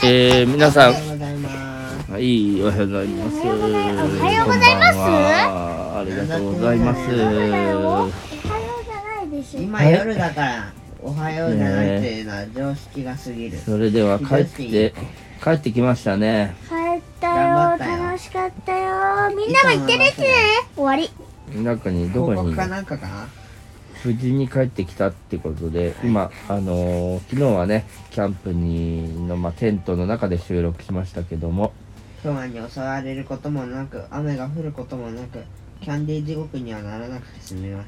皆さん、 おはようございます。 はい、おはようございます。 おはようございます。 ありがとうございます。 おはようじゃないでしょ。 今夜だからおはようじゃないっていうのは常識が過ぎる。 それでは帰ってきましたね。 帰ったよ。楽しかったよ。みんなも行ってねってね。終わり。 中にどこに報告かなんかかな。 無事に帰ってきたってことで、今昨日はねキャンプの、テントの中で収録しましたけども、 熊に襲われることもなく雨が降ることもなくキャンディー地獄にはならなくて済みました。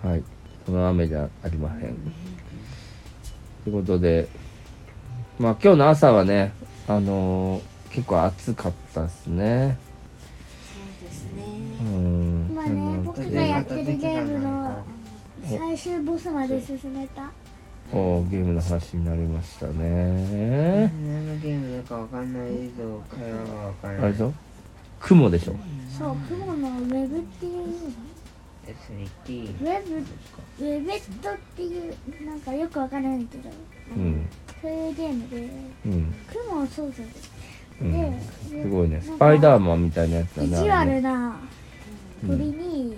はい、その雨じゃありません。ということで、今日の朝はね結構暑かったですね。 そうですね。 今ね、僕がやってるゲームの最終ボスまで進めた。 ゲームの話になりましたね。 何のゲームだかわかんないぞ。会話がわからない。 あれでしょ、雲でしょ。 そう、雲のウェブっていうの SDT ウェベットっていうなんかよくわからないけど、そういうゲームで、雲を操作すごいね、スパイダーマンみたいなやつだね。 意地悪な鳥に、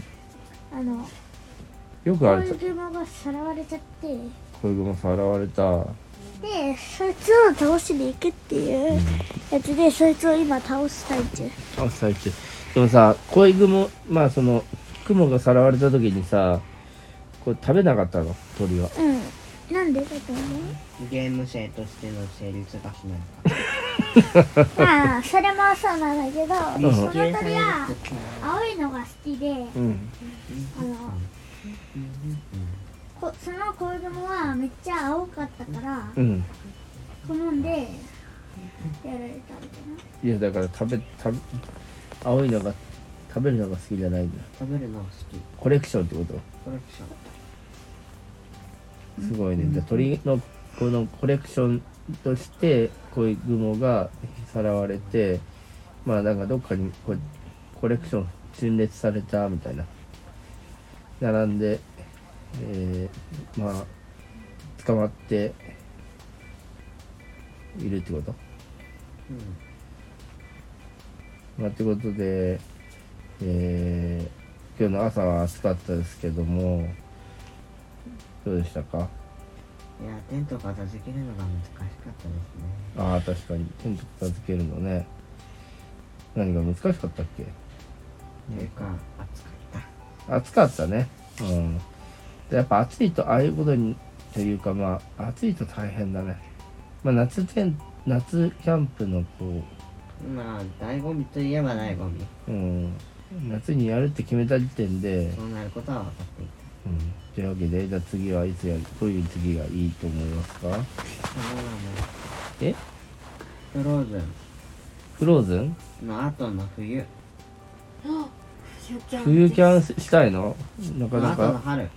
よくある。 恋雲がさらわれちゃって、 恋雲さらわれた。 で、そいつを倒しに行くっていうやつで、そいつを今倒す最中。 でもさ、恋雲、その雲がさらわれた時にさ、これ食べなかったの、鳥は。 なんでだと思う？ ゲーム性としての成立がしないか。 それもそうなんだけど、その鳥は青いのが好きで、その恋雲はめっちゃ青かったから、好んでやられたみたいな。 いやだから青いのが食べるのが好きじゃないんだ。 食べるのが好き。 コレクションってこと？ コレクション。 すごいね。じゃあ鳥のこのコレクションとして恋雲がさらわれて、なんかどっかにコレクション陳列されたみたいな、並んで、捕まっているってこと？ってことで、今日の朝は暑かったですけども、どうでしたか？ いや、テント片付けるのが難しかったですね。 確かにテント片付けるのね。何が難しかったっけ？ というか暑かった。暑かったね。やっぱ暑いとああいうことにというか暑いと大変だね。夏キャンプの醍醐味といえば醍醐味。 夏にやるって決めた時点でそうなることは分かっていた。 というわけで、じゃあ次はいつどういう次がいいと思いますか？ フローズン。 フローズンの後の冬。 冬キャンしたいの？なかなか。 後の春。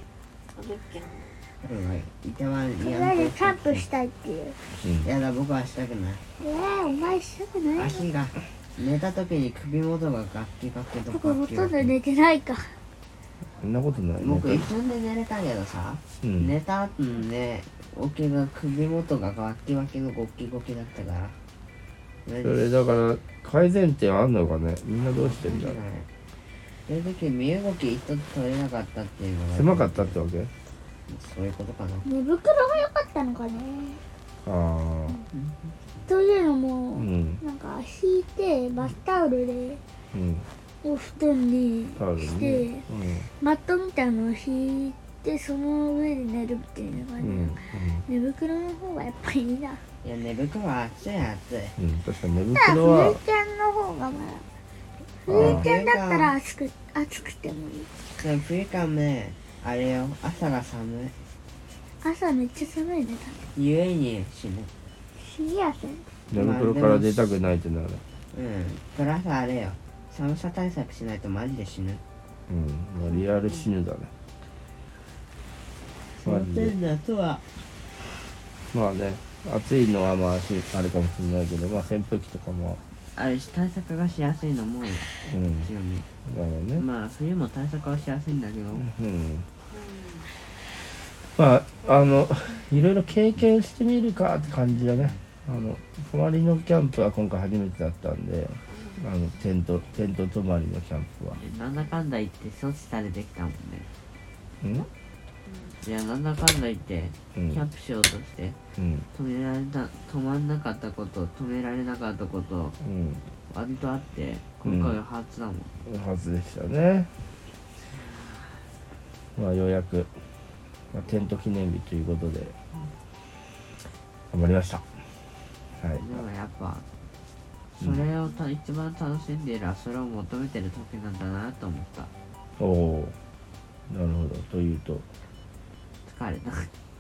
春が一番とりあえずキャンプしたいっていう。 やだ、僕はしたくない。 お前したくない？ 足が寝た時に首元がガッキガキと僕ほとんど寝てないか。 そんなことないね。 僕一瞬で寝れたけどさ、寝た後にね、起きが首元がガッキガキのゴキゴキだったから。 それだから改善点あんのかね。みんなどうしてんだろう。 その時身動き一つ取れなかったっていうのが狭かったってわけ？ そういうことかな。 寝袋が良かったのかね。というのも、なんか引いてバスタオルで、お布団にして、マットみたいなのを引いてその上で寝るっていうのがね、寝袋の方がやっぱりいいな。 いや、寝袋は暑い。 確かに寝袋は冬キャンの方が冬キャンだったら暑くてもいい。 でも冬キャンね、あれよ、朝が寒い。 朝めっちゃ寒いね。 ゆえに死ぬ。 死にやすい。 寝袋から出たくないってなる。 プラスあれよ、寒さ対策しないとマジで死ぬ。 リアル死ぬだね。マジで。 夏は暑いのはあるかもしれないけど、扇風機とかもあるし、対策がしやすいのも強み。 だろうね。 冬も対策はしやすいんだけど、 いろいろ経験してみるかって感じだね。 泊まりのキャンプは今回初めてだったんで、テント泊まりのキャンプはなんだかんだ言って措置されてきたもんね。いや、なんだかんだ言ってキャンプしようとして、止まんなかったこと、止められなかったこと、割とあって、今回は初だもん。 初でしたね。まあようやく、テント記念日ということで頑張りました。はい。 でもやっぱそれを一番楽しんでいるはそれを求めてる時なんだなと思った。 おお、なるほど。というと疲れた。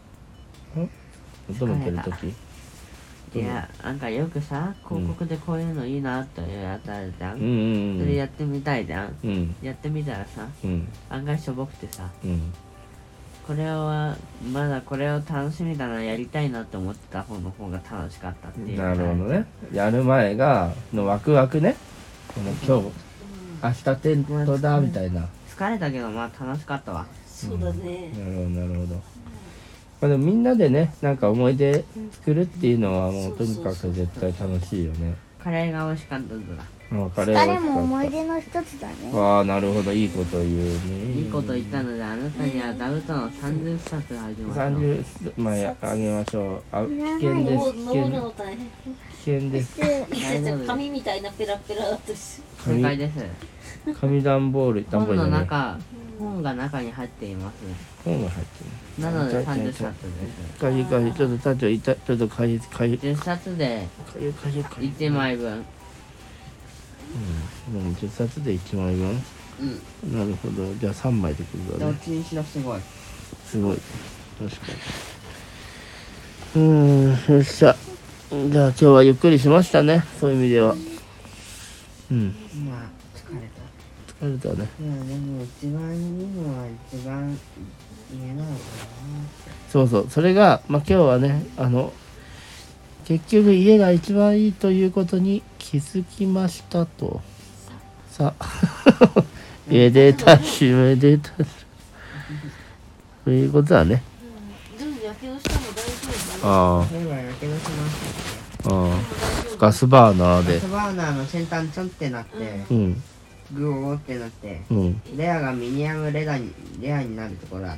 求めてる時？ いや、なんかよくさ、広告でこういうのいいなっていうやつあるじゃん。それやってみたいじゃん。やってみたらさ、案外しょぼくてさ、これはまだこれを楽しみだな、やりたいなって思ってた方が楽しかったっていう。 なるほどね。やる前のワクワクね。今日明日テントだみたいな。 疲れたけどまあ楽しかったわ。 そうだね。 なるほど。まあ、でもみんなでね、なんか思い出作るっていうのはもうとにかく絶対楽しいよね。 カレーが美味しかったんだ。 カレー疲れも思い出の一つだね。 ああ、なるほど、いいこと言うね。 いいこと言ったので、あなたには座布団を30冊あげましょう。 30枚あげましょう。危険です。危険です。 紙みたいなペラペラだとし。 正解です。 紙段ボール、 本が中に入っています。 本が入ってる。なので30冊です。 ちょっとタチョちょっと 10冊で1枚分。 10冊で1枚分。なるほど。じゃあ3枚でくるだね。どっちにしろすごい。 すごい。確かに。よっしゃ。じゃあ今日はゆっくりしましたね。そういう意味では。 まあ疲れた。 疲れたね。 いやでも一番いいのは一番家なのかな。 そうそれがまあ今日はね結局家が一番いいということに気づきましたと。さあめでたしめでたしということだね。 やけどしたの大丈夫？ ああガスバーナーで。 ガスバーナーの先端ちょんってなって。グオーってなって、レアがミディアムレアになるところだった。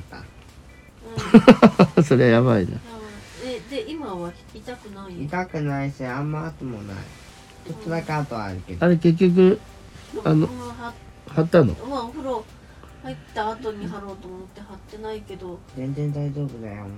それはやばいな。 で今は痛くない？ 痛くないし、あんま後もない。ちょっとだけ後はあるけど。 あれ結局貼ったの？ まあお風呂入った後に貼ろうと思って貼ってないけど。 全然大丈夫だよ。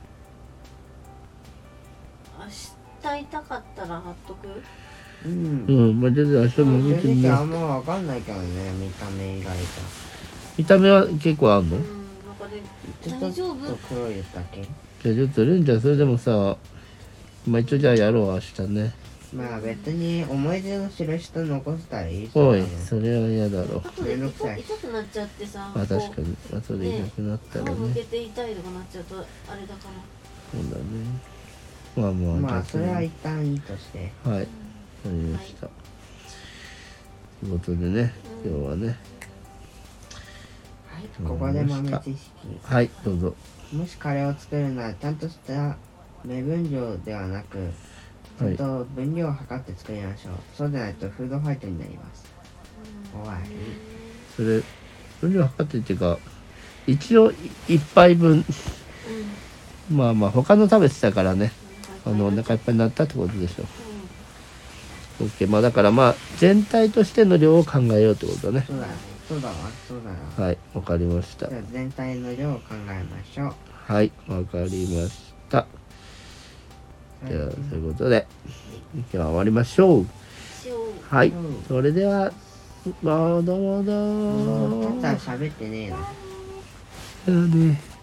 明日痛かったら貼っとく？ まあ、全然明日も見てみよう。 あんまわかんないけどね、見た目以外と。 見た目は結構あんの？ 大丈夫？ ちょっと黒い言ったっけ？ じゃあちょっとルンちゃんそれでもさ、まあ一応じゃあやろう明日ね。 まあ別に思い出の印と残せたらいいし。 おい、それは嫌だろ。 痛くなっちゃってさ。 まあ確かに、後で痛くなったらね。 向けて痛いとかなっちゃうとあれだから。 そうだね。 まあそれは一旦いいとして。 はい。わかりました。ということでね、今日はね。 はい、ここで豆知識。 はい、どうぞ。 もしカレーを作るならちゃんとした目分量ではなく、ちゃんと分量を測って作りましょう。そうでないとフードファイトになります。終わり。 それ分量測ってっていうか、一応1杯分。まあ他の食べてたからね。お腹いっぱいになったってことでしょ。OK、まあだから全体としての量を考えようってことだね。 そうだわ。 はい、わかりました。 じゃあ全体の量を考えましょう。 はい、わかりました。じゃあそういうことで今日は終わりましょう。はい、それではどうも。 ただ喋ってねえな。 ね。